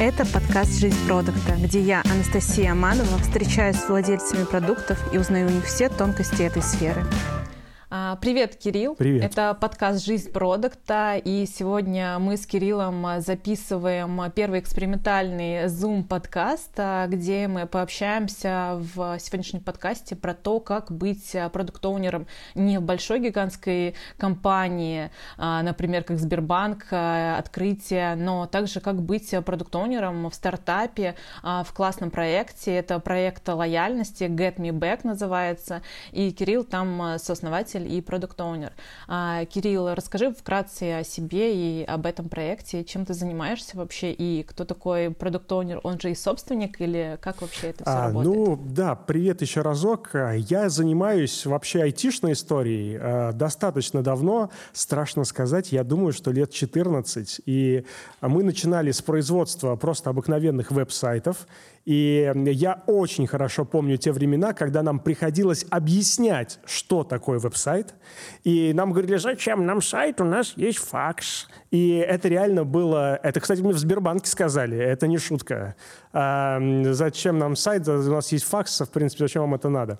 Это подкаст «Жизнь продукта», где я, Анастасия Аманова, встречаюсь с владельцами продуктов и узнаю у них все тонкости этой сферы. Привет, Кирилл. Привет. Это подкаст «Жизнь продукта», и сегодня мы с Кириллом записываем первый экспериментальный Zoom-подкаст, где мы пообщаемся в сегодняшнем подкасте про то, как быть продукт-оунером не в большой гигантской компании, например, как Сбербанк, открытие, но также как быть продукт-оунером в стартапе, в классном проекте. Это проект лояльности, Get Me Back называется, и Кирилл там сооснователь и продукт-оунер. Кирилл, расскажи вкратце о себе и об этом проекте, чем ты занимаешься вообще, и кто такой продукт-оунер, он же и собственник, или как вообще это все работает? Привет еще разок. Я занимаюсь вообще айтишной историей достаточно давно, страшно сказать, я думаю, что лет 14, и мы начинали с производства просто обыкновенных веб-сайтов. И я очень хорошо помню те времена, когда нам приходилось объяснять, что такое веб-сайт. И нам говорили, зачем нам сайт, у нас есть факс. И это реально было... Это, кстати, мне в Сбербанке сказали, это не шутка. Зачем нам сайт, у нас есть факс, в принципе, зачем вам это надо?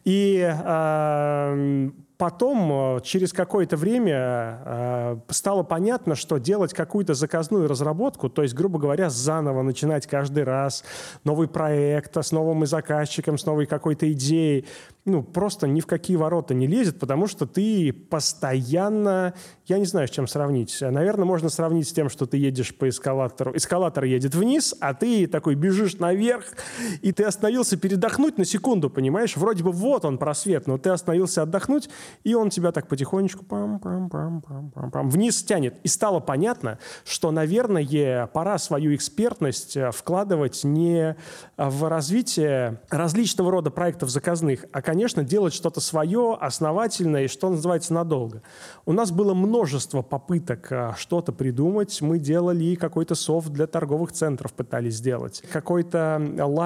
И... Потом, через какое-то время, стало понятно, что делать какую-то заказную разработку, то есть, грубо говоря, заново начинать каждый раз новый проект с новым заказчиком, с новой какой-то идеей, просто ни в какие ворота не лезет, потому что ты постоянно... Я не знаю, с чем сравнить. Наверное, можно сравнить с тем, что ты едешь по эскалатору. Эскалатор едет вниз, а ты такой бежишь наверх, и ты остановился передохнуть на секунду, понимаешь? Вроде бы вот он просвет, но ты остановился отдохнуть, и он тебя так потихонечку вниз тянет. И стало понятно, что, наверное, пора свою экспертность вкладывать не в развитие различного рода проектов заказных, а, конечно, делать что-то свое, основательное и, что называется, надолго. У нас было множество попыток что-то придумать. Мы делали какой-то софт для торговых центров, пытались сделать. Какой-то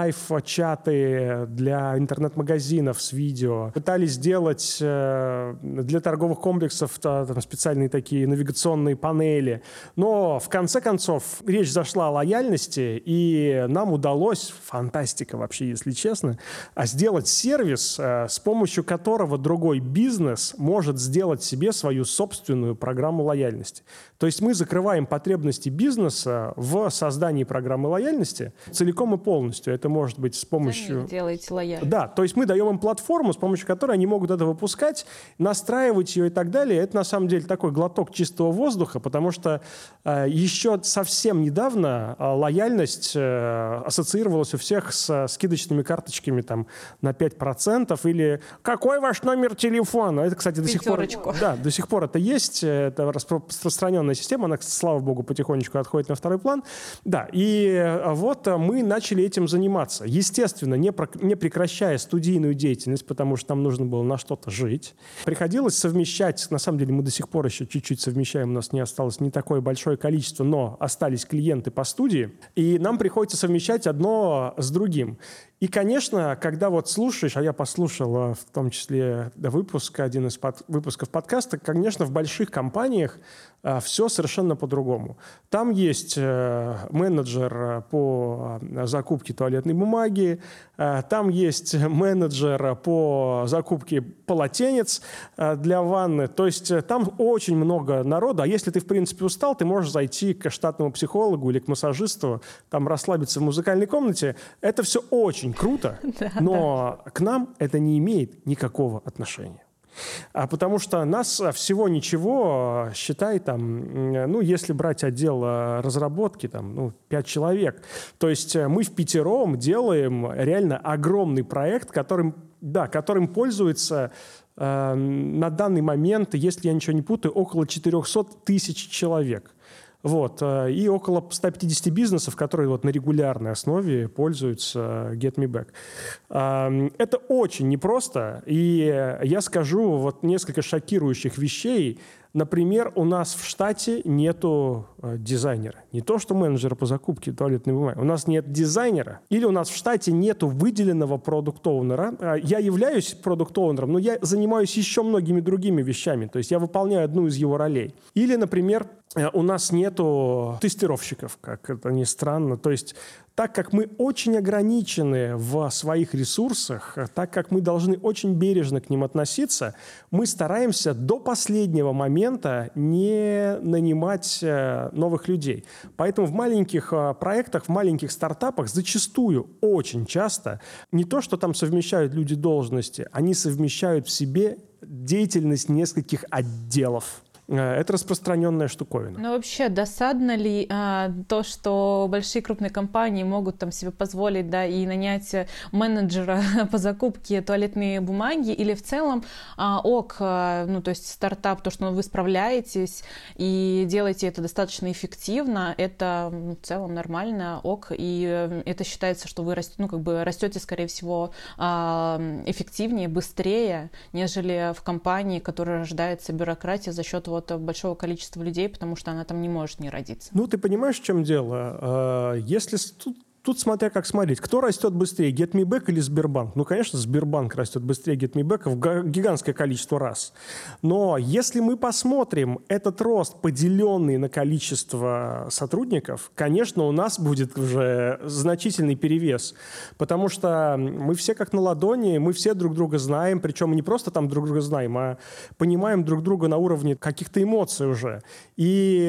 лайв-чаты для интернет-магазинов с видео. Пытались сделать для торговых комплексов там, специальные такие навигационные панели. Но, в конце концов, речь зашла о лояльности, и нам удалось, фантастика вообще, если честно, сделать сервис, с помощью которого другой бизнес может сделать себе свою собственную программу лояльности. То есть мы закрываем потребности бизнеса в создании программы лояльности целиком и полностью. Это может быть с помощью... Сами делаете лояльность. Да, то есть мы даем им платформу, с помощью которой они могут это выпускать, настраивать ее и так далее. Это на самом деле такой глоток чистого воздуха, потому что еще совсем недавно лояльность ассоциировалась у всех с скидочными карточками там, на 5%, или «Какой ваш номер телефона?» Это, кстати, до сих пор это есть, это распространенная система, она, слава богу, потихонечку отходит на второй план. Да, и вот мы начали этим заниматься. Естественно, не прекращая студийную деятельность, потому что нам нужно было на что-то жить. Приходилось совмещать, на самом деле мы до сих пор еще чуть-чуть совмещаем, у нас не осталось не такое большое количество, но остались клиенты по студии, и нам приходится совмещать одно с другим. И, конечно, когда вот слушаешь, а я послушал в том числе один из выпусков подкаста, конечно, в больших компаниях все совершенно по-другому. Там есть менеджер по закупке туалетной бумаги, там есть менеджер по закупке полотенец для ванны. То есть там очень много народа. А если ты, в принципе, устал, ты можешь зайти к штатному психологу или к массажисту, там расслабиться в музыкальной комнате. Это все очень круто, но к нам это не имеет никакого отношения. Потому что нас всего ничего, считай, там, если брать отдел разработки, 5 человек. То есть мы впятером делаем реально огромный проект, которым пользуется на данный момент, если я ничего не путаю, около 400 тысяч человек. Вот. И около 150 бизнесов, которые вот на регулярной основе пользуются Get Me Back. Это очень непросто, и я скажу вот несколько шокирующих вещей. Например, у нас в штате нету дизайнера. Не то, что менеджера по закупке туалетной бумаги. У нас нет дизайнера. Или у нас в штате нету выделенного продукт-оунера. Я являюсь продукт-оунером, но я занимаюсь еще многими другими вещами. То есть я выполняю одну из его ролей. Или, например, у нас нету тестировщиков, как это ни странно. То есть так как мы очень ограничены в своих ресурсах, так как мы должны очень бережно к ним относиться, мы стараемся до последнего момента не нанимать новых людей. Поэтому в маленьких проектах, в маленьких стартапах зачастую, очень часто, не то, что там совмещают люди должности, они совмещают в себе деятельность нескольких отделов. Это распространенная штуковина. Но вообще досадно ли то, что большие крупные компании могут там себе позволить, да, и нанять менеджера по закупке туалетной бумаги, или в целом то есть стартап, то, что вы справляетесь и делаете это достаточно эффективно, это в целом нормально, и это считается, что вы растете, скорее всего, эффективнее, быстрее, нежели в компании, которая рождается бюрократия за счет большого количества людей, потому что она там не может не родиться. Ну, ты понимаешь, в чем дело? Если тут смотря как смотреть. Кто растет быстрее, GetMeBack или Сбербанк? Ну, конечно, Сбербанк растет быстрее GetMeBack в гигантское количество раз. Но если мы посмотрим этот рост, поделенный на количество сотрудников, конечно, у нас будет уже значительный перевес. Потому что мы все как на ладони, мы все друг друга знаем, причем не просто там друг друга знаем, а понимаем друг друга на уровне каких-то эмоций уже. И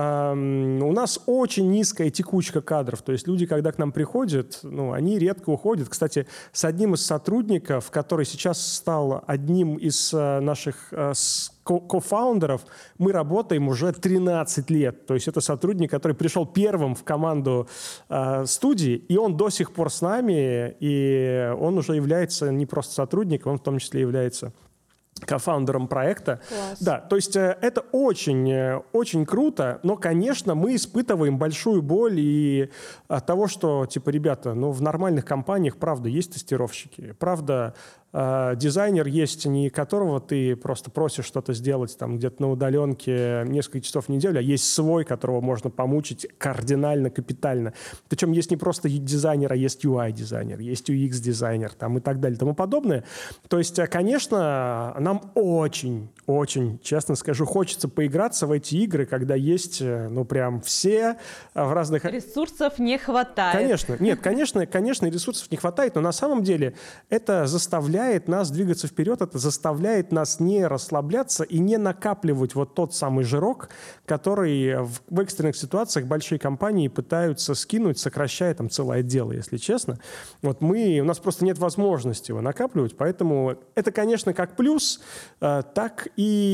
у нас очень низкая текучка кадров. То есть люди, когда к нам приходят, они редко уходят. Кстати, с одним из сотрудников, который сейчас стал одним из наших кофаундеров, мы работаем уже 13 лет. То есть это сотрудник, который пришел первым в команду студии, и он до сих пор с нами, и он уже является не просто сотрудником, он в том числе является кофаундером проекта. Класс. Да, то есть это очень, очень круто, но, конечно, мы испытываем большую боль и от того, что, ребята, в нормальных компаниях, правда, есть тестировщики, правда, дизайнер есть, не которого ты просто просишь что-то сделать там где-то на удаленке несколько часов в неделю, а есть свой, которого можно помучить кардинально, капитально. Причем есть не просто дизайнер, а есть UI-дизайнер, есть UX-дизайнер там, и так далее и тому подобное. То есть, конечно, нам очень, честно скажу, хочется поиграться в эти игры, когда есть, прям все в разных... Ресурсов не хватает. Конечно, нет, конечно, ресурсов не хватает, но на самом деле это заставляет нас двигаться вперед, это заставляет нас не расслабляться и не накапливать вот тот самый жирок, который в экстренных ситуациях большие компании пытаются скинуть, сокращая там целое отдел, если честно. У нас просто нет возможности его накапливать, поэтому это, конечно, как плюс, так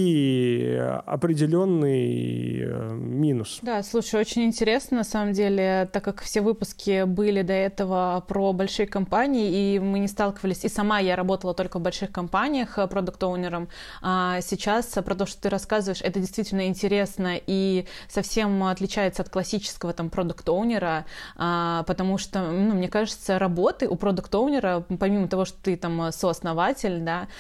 и определенный минус. Да, слушай, очень интересно, на самом деле, так как все выпуски были до этого про большие компании, и мы не сталкивались, и сама я работала только в больших компаниях продукт-оунером, а сейчас про то, что ты рассказываешь, это действительно интересно и совсем отличается от классического там продукт-оунера, потому что, мне кажется, работы у продукт-оунера, помимо того, что ты там сооснователь, да,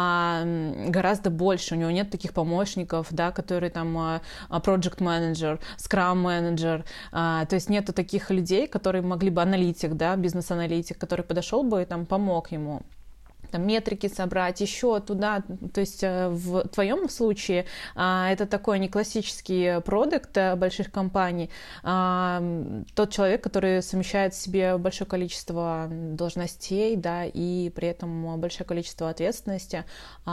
гораздо больше. У него нет таких помощников, да, которые там project-менеджер, scrum-менеджер, то есть нету таких людей, которые могли бы аналитик, да, бизнес-аналитик, который подошел бы и там помог ему. Там, метрики собрать, еще туда. То есть в твоем случае это такой не классический продукт больших компаний. Тот человек, который совмещает в себе большое количество должностей, да, и при этом большое количество ответственности,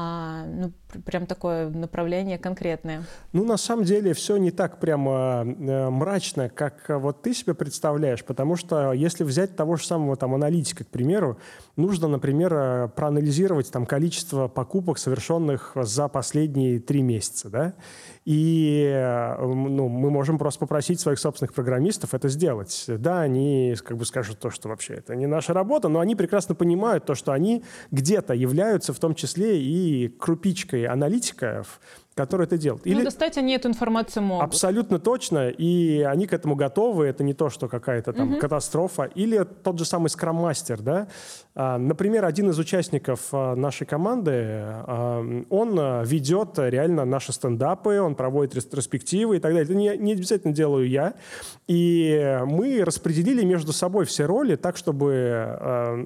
прям такое направление конкретное. На самом деле все не так прямо мрачно, как вот ты себе представляешь, потому что если взять того же самого там аналитика, к примеру, нужно, например, проанализировать там количество покупок, совершенных за последние 3 месяца, да, и мы можем просто попросить своих собственных программистов это сделать. Да, они скажут то, что вообще это не наша работа, но они прекрасно понимают то, что они где-то являются в том числе и крупичкой аналитиков, которые это делают. Или... достать они эту информацию могут. Абсолютно точно, и они к этому готовы, это не то, что какая-то там катастрофа. Или тот же самый скрам-мастер, да. Например, один из участников нашей команды, он ведет реально наши стендапы, он проводит ретроспективы и так далее. Это не обязательно делаю я. И мы распределили между собой все роли так, чтобы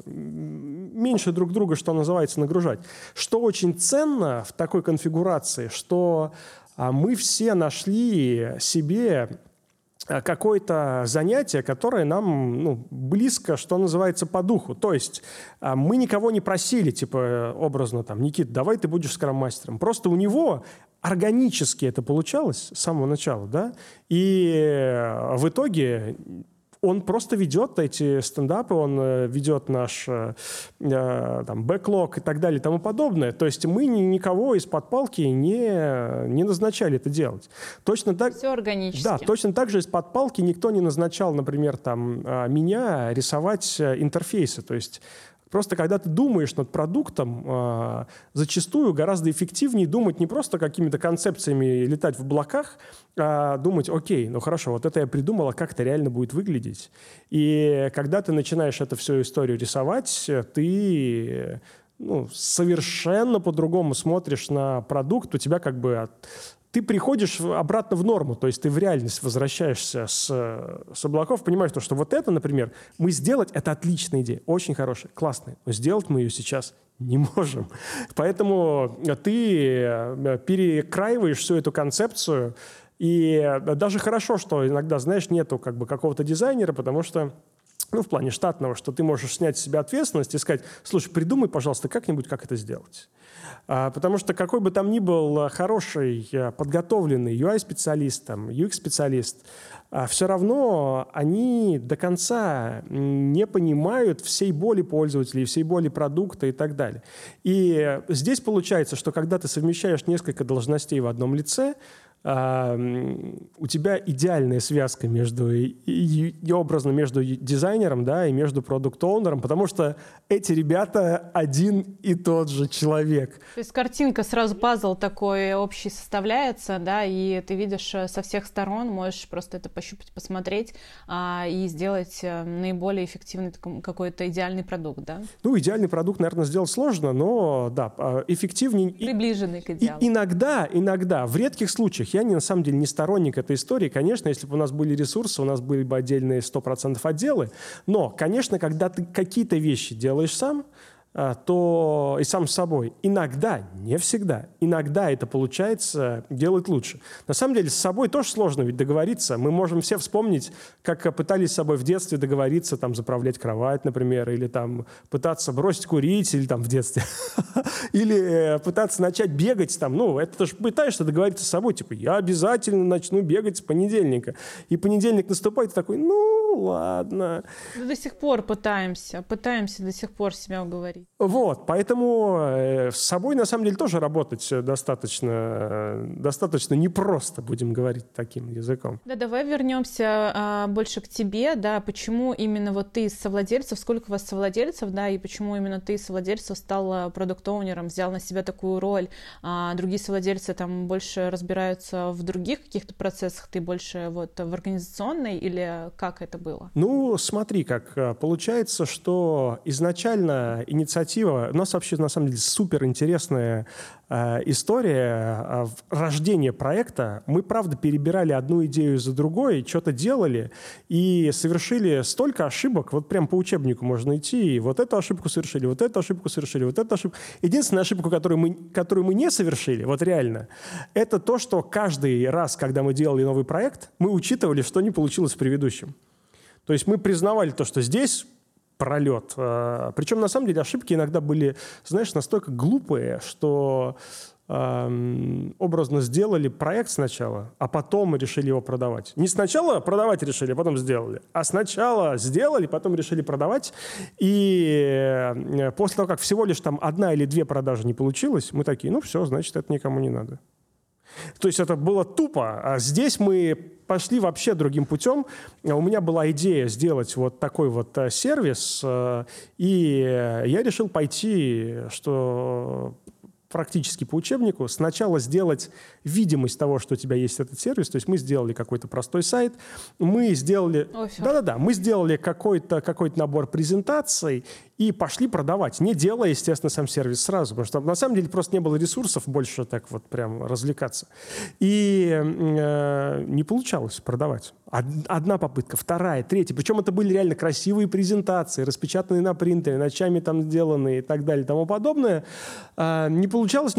меньше друг друга, что называется, нагружать. Что очень ценно в такой конфигурации, что мы все нашли себе какое-то занятие, которое нам близко, что называется, по духу. То есть мы никого не просили, типа, образно, там, Никит, давай ты будешь скрам-мастером. Просто у него органически это получалось с самого начала, да, и в итоге он просто ведет эти стендапы, он ведет наш бэклог и так далее и тому подобное. То есть мы никого из-под палки не назначали это делать. Точно так, все органически. Да, точно так же из-под палки никто не назначал, например, меня рисовать интерфейсы. То есть просто когда ты думаешь над продуктом, зачастую гораздо эффективнее думать не просто какими-то концепциями летать в облаках, а думать, окей, ну хорошо, вот это я придумал, а как это реально будет выглядеть. И когда ты начинаешь эту всю историю рисовать, ты совершенно по-другому смотришь на продукт, у тебя как бы... Ты приходишь обратно в норму, то есть ты в реальность возвращаешься с облаков, понимаешь, что вот это, например, мы сделать, это отличная идея, очень хорошая, классная, но сделать мы ее сейчас не можем. Поэтому ты перекраиваешь всю эту концепцию, и даже хорошо, что иногда, знаешь, нету как бы какого-то дизайнера, потому что в плане штатного, что ты можешь снять с себя ответственность и сказать, слушай, придумай, пожалуйста, как-нибудь, как это сделать. Потому что какой бы там ни был хороший, подготовленный UI-специалист, UX-специалист, все равно они до конца не понимают всей боли пользователей, всей боли продукта и так далее. И здесь получается, что когда ты совмещаешь несколько должностей в одном лице, у тебя идеальная связка между дизайнером, да, и между продукт-оунером, потому что эти ребята один и тот же человек. То есть картинка, сразу пазл такой общий составляется, да, и ты видишь со всех сторон, можешь просто это пощупать, посмотреть и сделать наиболее эффективный какой-то идеальный продукт, да? Идеальный продукт, наверное, сделать сложно, но, да, эффективнее. Приближенный к идеалу. Иногда, в редких случаях, я на самом деле не сторонник этой истории. Конечно, если бы у нас были ресурсы, у нас были бы отдельные 100% отделы. Но, конечно, когда ты какие-то вещи делаешь сам, то и сам с собой. Иногда, не всегда, иногда это получается делать лучше. На самом деле с собой тоже сложно ведь договориться. Мы можем все вспомнить, как пытались с собой в детстве договориться, заправлять кровать, например, или пытаться бросить курить, или в детстве, или пытаться начать бегать. Это же пытаешься договориться с собой, я обязательно начну бегать с понедельника. И понедельник наступает, и такой, ладно. До сих пор пытаемся до сих пор себя уговорить. Вот, поэтому с собой, на самом деле, тоже работать достаточно непросто, будем говорить таким языком. Да, давай вернемся больше к тебе, да, почему именно ты из совладельцев, сколько у вас совладельцев, да, и почему именно ты из совладельцев стал продукт-оунером, взял на себя такую роль, а другие совладельцы больше разбираются в других каких-то процессах, ты больше в организационной, или как это было? Смотри, как получается, что изначально инициатива, у нас вообще, на самом деле, суперинтересная история рождения проекта. Мы, правда, перебирали одну идею за другой, что-то делали и совершили столько ошибок, прям по учебнику можно идти, и вот эту ошибку совершили, вот эту ошибку совершили, вот эту ошибку. Единственная ошибка, которую мы не совершили, реально, это то, что каждый раз, когда мы делали новый проект, мы учитывали, что не получилось в предыдущем. То есть мы признавали то, что здесь пролет. Причем, на самом деле, ошибки иногда были, знаешь, настолько глупые, что образно сделали проект сначала, а потом решили его продавать. Не сначала продавать решили, а потом сделали. А сначала сделали, потом решили продавать. И после того, как всего лишь одна или две продажи не получилось, мы такие, все, значит, это никому не надо. То есть это было тупо. А здесь мы пошли вообще другим путем. У меня была идея сделать такой сервис, и я решил пойти, что практически по учебнику. Сначала сделать видимость того, что у тебя есть этот сервис. То есть мы сделали какой-то простой сайт, мы сделали... мы сделали какой-то набор презентаций и пошли продавать, не делая, естественно, сам сервис сразу, потому что на самом деле просто не было ресурсов больше так вот прям развлекаться. И не получалось продавать. Одна попытка, вторая, третья. Причем это были реально красивые презентации, распечатанные на принтере, ночами там сделанные и так далее и тому подобное. Не получалось.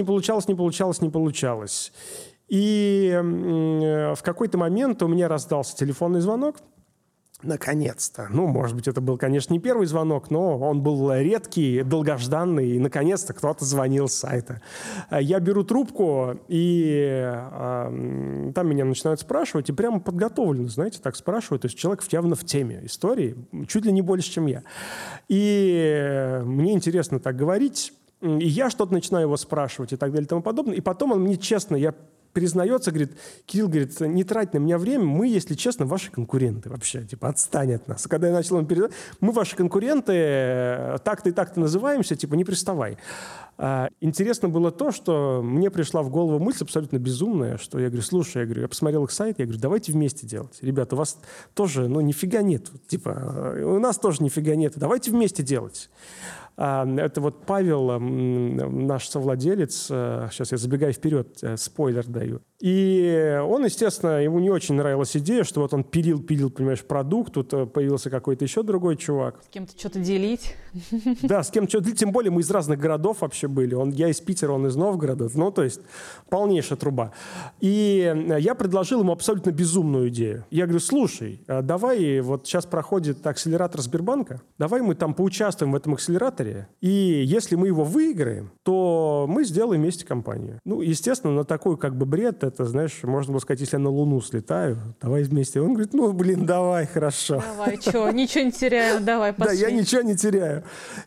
И в какой-то момент у меня раздался телефонный звонок. Наконец-то. Может быть, это был, конечно, не первый звонок, но он был редкий, долгожданный, и, наконец-то, кто-то звонил с сайта. Я беру трубку, и там меня начинают спрашивать, и прямо подготовленно, знаете, так спрашивают. То есть человек явно в теме истории, чуть ли не больше, чем я. И мне интересно так говорить, и я что-то начинаю его спрашивать и так далее и тому подобное. И потом он мне честно, признается, говорит, Кирилл, говорит, не трать на меня время, мы, если честно, ваши конкуренты вообще, отстань от нас. Когда я начал ему передавать, мы ваши конкуренты, так-то и так-то называемся, не приставай. Интересно было то, что мне пришла в голову мысль абсолютно безумная, что я говорю, слушай, я посмотрел их сайт, я говорю, давайте вместе делать. Ребята, у вас тоже, нифига нет, у нас тоже нифига нет, давайте вместе делать. Это вот Павел, наш совладелец, сейчас я забегаю вперед, спойлер даю. И он, естественно, ему не очень нравилась идея, что вот он пилил, понимаешь, продукт, тут появился какой-то еще другой чувак. С кем-то что-то делить. Да, с кем-то что-то делить, тем более мы из разных городов вообще были. Я из Питера, он из Новгорода, то есть полнейшая труба. И я предложил ему абсолютно безумную идею. Я говорю, слушай, давай, вот сейчас проходит акселератор Сбербанка, давай мы там поучаствуем в этом акселераторе, и если мы его выиграем, то мы сделаем вместе компанию. Естественно, на такой бред, это, знаешь, можно было сказать, если я на Луну слетаю, давай вместе. Он говорит, давай, хорошо. Давай, ничего не теряю, давай, пошли. Да, я ничего не теряю.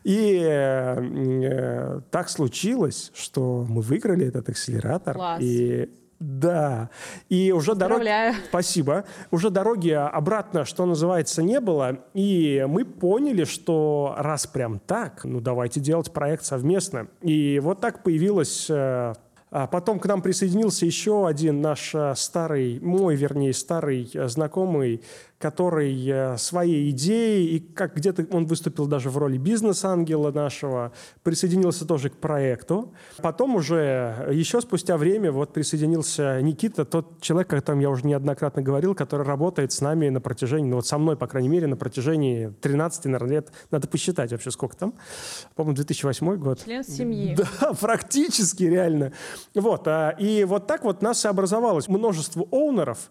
И так случилось, что мы выиграли этот акселератор. Класс. Да. И уже дороги... Спасибо. Уже дороги обратно, что называется, не было. И мы поняли, что раз прям так, давайте делать проект совместно. И вот так появилась... Потом к нам присоединился еще один наш старый знакомый, который своей идеей, и как где-то он выступил даже в роли бизнес-ангела нашего, присоединился тоже к проекту. Потом уже, еще спустя время, присоединился Никита, тот человек, о котором я уже неоднократно говорил, который работает с нами на протяжении, со мной, по крайней мере, на протяжении 13, наверное, лет. Надо посчитать вообще, сколько там. По-моему, 2008 год. Член семьи. Да, практически, реально. И вот так вот нас и образовалось множество оунеров.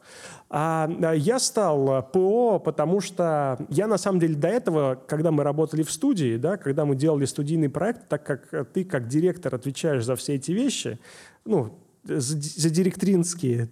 Я стал ПО, потому что я, на самом деле, до этого, когда мы работали в студии, когда мы делали студийный проект, так как ты, как директор, отвечаешь за все эти вещи, за директорианские,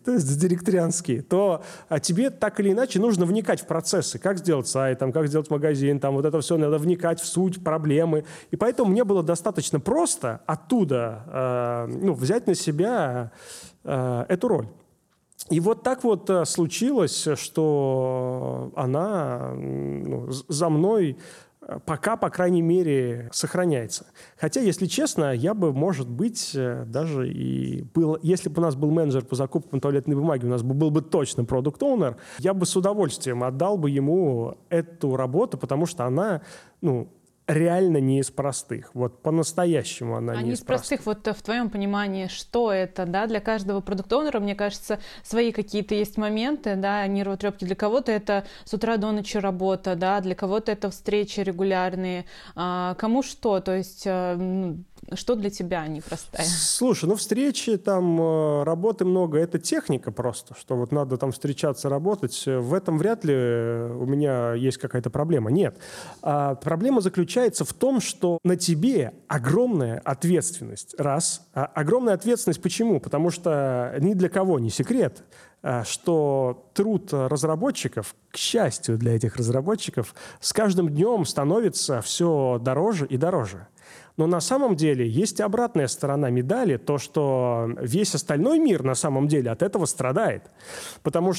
то тебе так или иначе нужно вникать в процессы. Как сделать сайт, как сделать магазин, вот это все, надо вникать в суть, проблемы. И поэтому мне было достаточно просто оттуда взять на себя эту роль. И вот так вот случилось, что она за мной пока, по крайней мере, сохраняется. Хотя, если честно, я бы, может быть, даже и был... Если бы у нас был менеджер по закупкам туалетной бумаги, у нас был бы точно продукт-оунер, я бы с удовольствием отдал бы ему эту работу, потому что она, реально не из простых. По-настоящему она не из простых. В твоем понимании, что это, для каждого продукт-оунера, мне кажется, свои какие-то есть моменты, нервотрепки. Для кого-то это с утра до ночи работа, для кого-то это встречи регулярные. Кому что? То есть... Что для тебя непростая? Слушай, встречи, работы много, это техника просто, что надо встречаться, работать. В этом вряд ли у меня есть какая-то проблема. Нет. Проблема заключается в том, что на тебе огромная ответственность. Раз. Огромная ответственность почему? Потому что ни для кого не секрет, что труд разработчиков, к счастью для этих разработчиков, с каждым днем становится все дороже и дороже. Но на самом деле есть и обратная сторона медали, то, что весь остальной мир на самом деле от этого страдает. Потому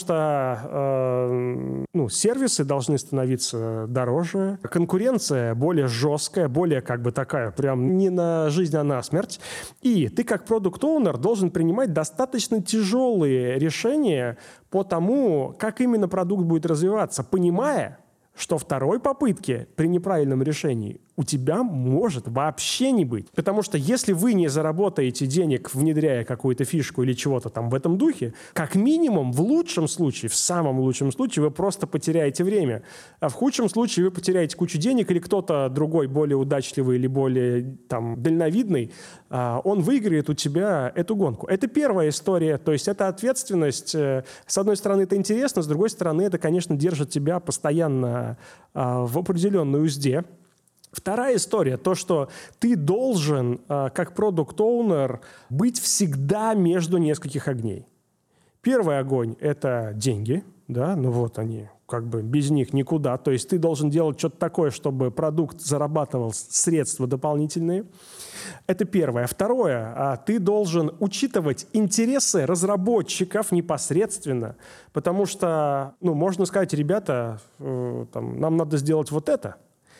что сервисы должны становиться дороже, конкуренция более жесткая, более как бы такая, прям не на жизнь, а на смерть. И ты как продукт-оунер должен принимать достаточно тяжелые решения по тому, как именно продукт будет развиваться, понимая, что второй попытки при неправильном решении у тебя может вообще не быть. Потому что если вы не заработаете денег, внедряя какую-то фишку или чего-то там в этом духе, как минимум, в лучшем случае, в самом лучшем случае, вы просто потеряете время. А в худшем случае вы потеряете кучу денег, или кто-то другой, более удачливый или более там дальновидный, он выиграет у тебя эту гонку. Это первая история. То есть это ответственность. С одной стороны, это интересно, с другой стороны, это, конечно, держит тебя постоянно в определенной узде. Вторая история, то, что ты должен, как продукт-оунер, быть всегда между нескольких огней. Первый огонь – это деньги, да, ну вот они, как бы без них никуда. То есть ты должен делать что-то такое, чтобы продукт зарабатывал средства дополнительные. Это первое. Второе, ты должен учитывать интересы разработчиков непосредственно, потому что, можно сказать, ребята, нам надо сделать вот это.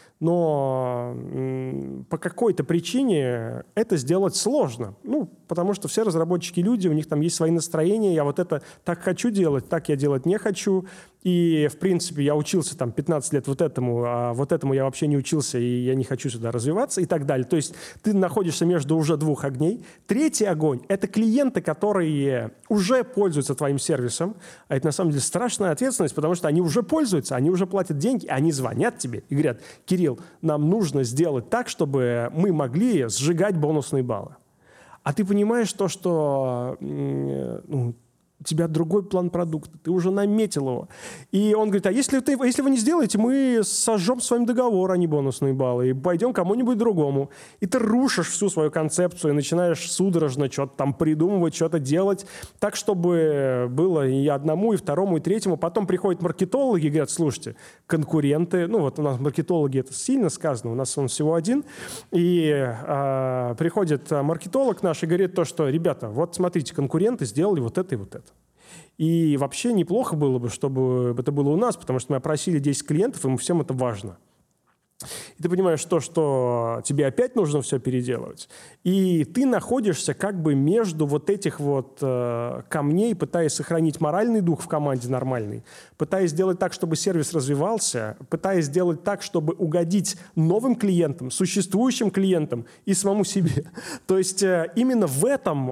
Но по какой-то причине это сделать сложно. Потому что все разработчики люди, у них там есть свои настроения. Я вот это так хочу делать, так я делать не хочу. И, в принципе, я учился там 15 лет вот этому, а вот этому я вообще не учился, и я не хочу сюда развиваться и так далее. То есть ты находишься между уже двух огней. Третий огонь – это клиенты, которые уже пользуются твоим сервисом. А это, на самом деле, страшная ответственность, потому что они уже пользуются, они уже платят деньги, они звонят тебе и говорят: Кирилл, нам нужно сделать так, чтобы мы могли сжигать бонусные баллы. А ты понимаешь то, что у тебя другой план продукта, ты уже наметил его. И он говорит: а если вы не сделаете, мы сожжем с вами договор, а не бонусные баллы, и пойдем кому-нибудь другому. И ты рушишь всю свою концепцию и начинаешь судорожно что-то там придумывать, что-то делать, так, чтобы было и одному, и второму, и третьему. Потом приходят маркетологи и говорят: слушайте, конкуренты, вот у нас маркетологи, это сильно сказано, у нас он всего один, и приходит маркетолог наш и говорит то, что: ребята, вот смотрите, конкуренты сделали вот это и вот это. И вообще неплохо было бы, чтобы это было у нас, потому что мы опросили 10 клиентов, и всем это важно. И ты понимаешь то, что тебе опять нужно все переделывать. И ты находишься как бы между вот этих вот камней, пытаясь сохранить моральный дух в команде нормальный, пытаясь сделать так, чтобы сервис развивался, пытаясь сделать так, чтобы угодить новым клиентам, существующим клиентам и самому себе. То есть именно в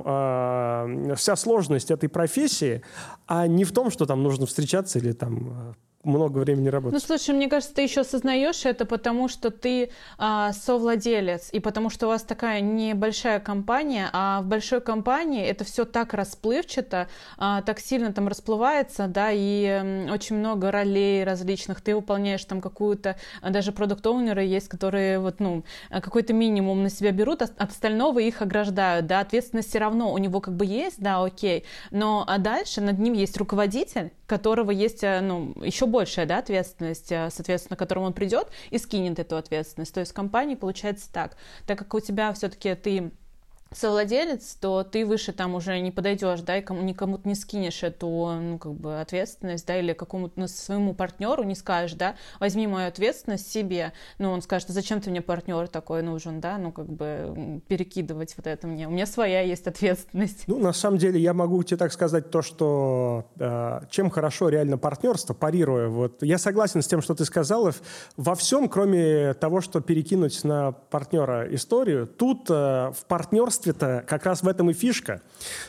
этом вся сложность этой профессии, а не в том, что там нужно встречаться или там много времени работать. Слушай, мне кажется, ты еще осознаешь это, потому что ты совладелец, и потому что у вас такая небольшая компания, а в большой компании это все так расплывчато, так сильно там расплывается, да, и очень много ролей различных. Ты выполняешь там какую-то, даже продукт-оунеры есть, которые какой-то минимум на себя берут, от остального их ограждают, да, ответственность все равно у него как бы есть, да, окей, но дальше над ним есть руководитель, которого есть, еще большая, да, ответственность, соответственно, к которому он придет и скинет эту ответственность. То есть в компании получается так как у тебя все-таки ты совладелец, то ты выше там уже не подойдешь, да, и никому-то не скинешь эту, ответственность, да, или какому-то своему партнеру не скажешь, да, возьми мою ответственность себе. Он скажет: а зачем ты мне партнер такой нужен, да, перекидывать вот это мне. У меня своя есть ответственность. На самом деле я могу тебе так сказать то, что чем хорошо реально партнерство, парируя, я согласен с тем, что ты сказала, во всем, кроме того, что перекинуть на партнера историю, тут в партнерстве как раз в этом и фишка,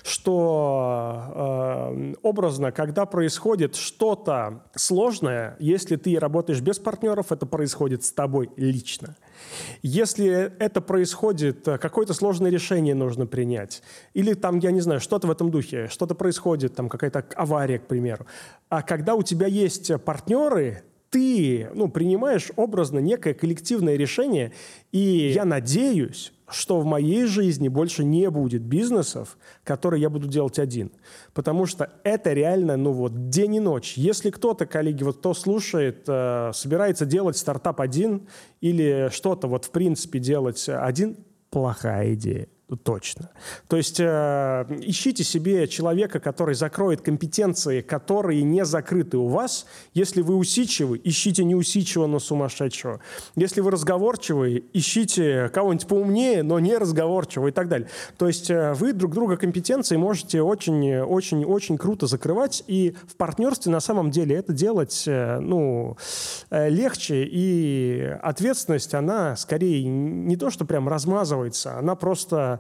что образно, когда происходит что-то сложное, если ты работаешь без партнеров, это происходит с тобой лично. Если это происходит, какое-то сложное решение нужно принять, или там, я не знаю, что-то в этом духе, что-то происходит, там какая-то авария, к примеру. А когда у тебя есть партнеры, ты принимаешь образно некое коллективное решение, и я надеюсь, что в моей жизни больше не будет бизнесов, которые я буду делать один. Потому что это реально, день и ночь. Если кто-то, коллеги, кто слушает, собирается делать стартап один или что-то в принципе делать один, плохая идея. Точно. То есть ищите себе человека, который закроет компетенции, которые не закрыты у вас. Если вы усидчивы, ищите неусидчивого, но сумасшедшего. Если вы разговорчивый, ищите кого-нибудь поумнее, но не разговорчивого и так далее. То есть вы друг друга компетенции можете очень круто закрывать, и в партнерстве на самом деле это делать легче, и ответственность, она скорее не то, что прям размазывается, она просто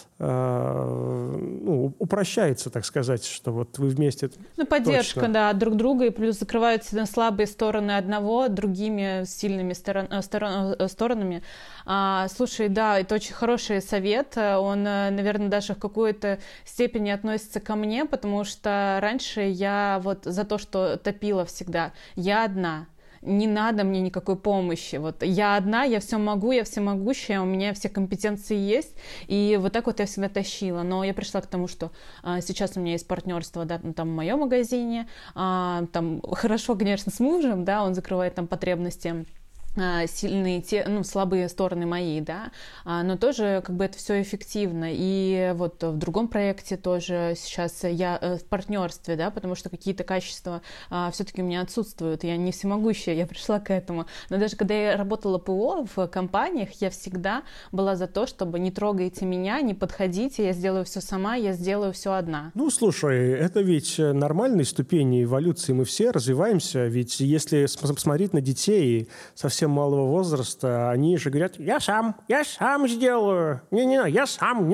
упрощается, так сказать, что вы вместе. Поддержка, точно. Да, друг друга, и плюс закрываются на слабые стороны одного другими сильными сторонами. Слушай, да, это очень хороший совет. Он, наверное, даже в какой-то степени относится ко мне, потому что раньше я за то, что топила всегда. Я одна. Не надо мне никакой помощи. Я одна, я все могу, я всемогущая, у меня все компетенции есть. И так я всегда тащила. Но я пришла к тому, что сейчас у меня есть партнерство, да, в моем магазине. Там хорошо, конечно, с мужем, да, он закрывает там потребности сильные, слабые стороны мои, да, но тоже это все эффективно. И в другом проекте тоже сейчас я в партнерстве, да, потому что какие-то качества все-таки у меня отсутствуют, я не всемогущая, я пришла к этому. Но даже когда я работала ПО в компаниях, я всегда была за то, чтобы не трогайте меня, не подходите, я сделаю все сама, я сделаю все одна. Слушай, это ведь нормальные ступени эволюции, мы все развиваемся, ведь если посмотреть на детей совсем малого возраста, они же говорят: я сам сделаю, я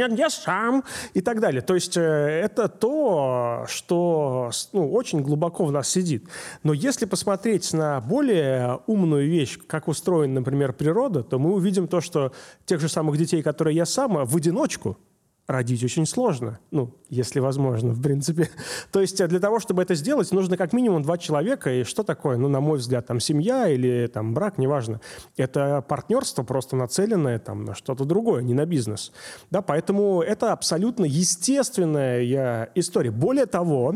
сам, и так далее. То есть это то, что очень глубоко в нас сидит. Но если посмотреть на более умную вещь, как устроена, например, природа, то мы увидим то, что тех же самых детей, которые я сам, в одиночку родить очень сложно. Если возможно, в принципе. То есть для того, чтобы это сделать, нужно как минимум 2 человека. И что такое? На мой взгляд, семья или брак, неважно. Это партнерство, просто нацеленное на что-то другое, не на бизнес. Да, поэтому это абсолютно естественная история. Более того,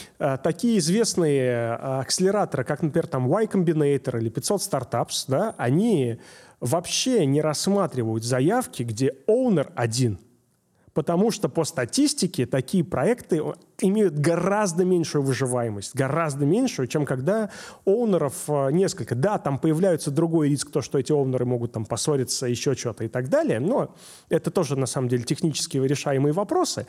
такие известные акселераторы, как, например, Y Combinator или 500 Startups, да, они вообще не рассматривают заявки, где оунер один. Потому что по статистике такие проекты имеют гораздо меньшую выживаемость, гораздо меньшую, чем когда оунеров несколько. Да, там появляется другой риск, то, что эти оунеры могут поссориться, еще что-то и так далее, но это тоже, на самом деле, технически решаемые вопросы,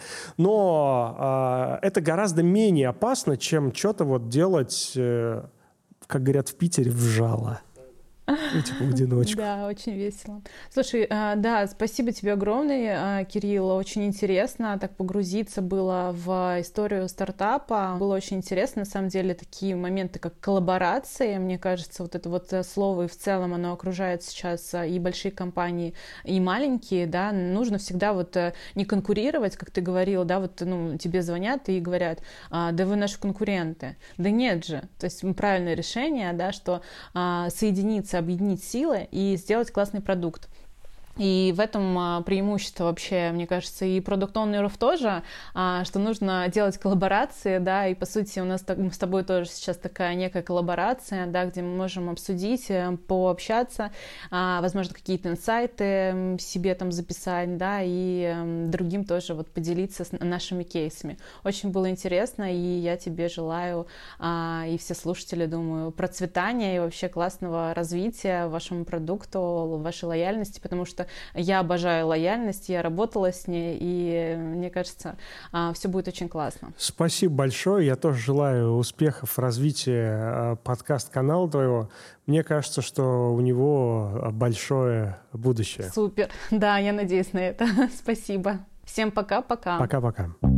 но это гораздо менее опасно, чем что-то делать, как говорят в Питере, вжало. В одиночку. Да, очень весело. Слушай, да, спасибо тебе огромное, Кирилл. Очень интересно так погрузиться было в историю стартапа. Было очень интересно, на самом деле, такие моменты, как коллаборации. Мне кажется, это слово и в целом оно окружает сейчас и большие компании, и маленькие, да. Нужно всегда не конкурировать, как ты говорил, да, тебе звонят и говорят: да вы наши конкуренты. Да нет же. То есть правильное решение, да, что соединиться, объединить силы и сделать классный продукт. И в этом преимущество вообще, мне кажется, и продукт-оунеров тоже, что нужно делать коллаборации, да, и по сути у нас с тобой тоже сейчас такая некая коллаборация, да, где мы можем обсудить, пообщаться, возможно, какие-то инсайты себе записать, да, и другим тоже поделиться нашими кейсами. Очень было интересно, и я тебе желаю, и все слушатели, думаю, процветания и вообще классного развития вашему продукту, вашей лояльности, потому что я обожаю лояльность, я работала с ней, и мне кажется, все будет очень классно. Спасибо большое. Я тоже желаю успехов, развития подкаст-канала твоего. Мне кажется, что у него большое будущее. Супер. Да, я надеюсь на это. Спасибо. Всем пока-пока. Пока-пока.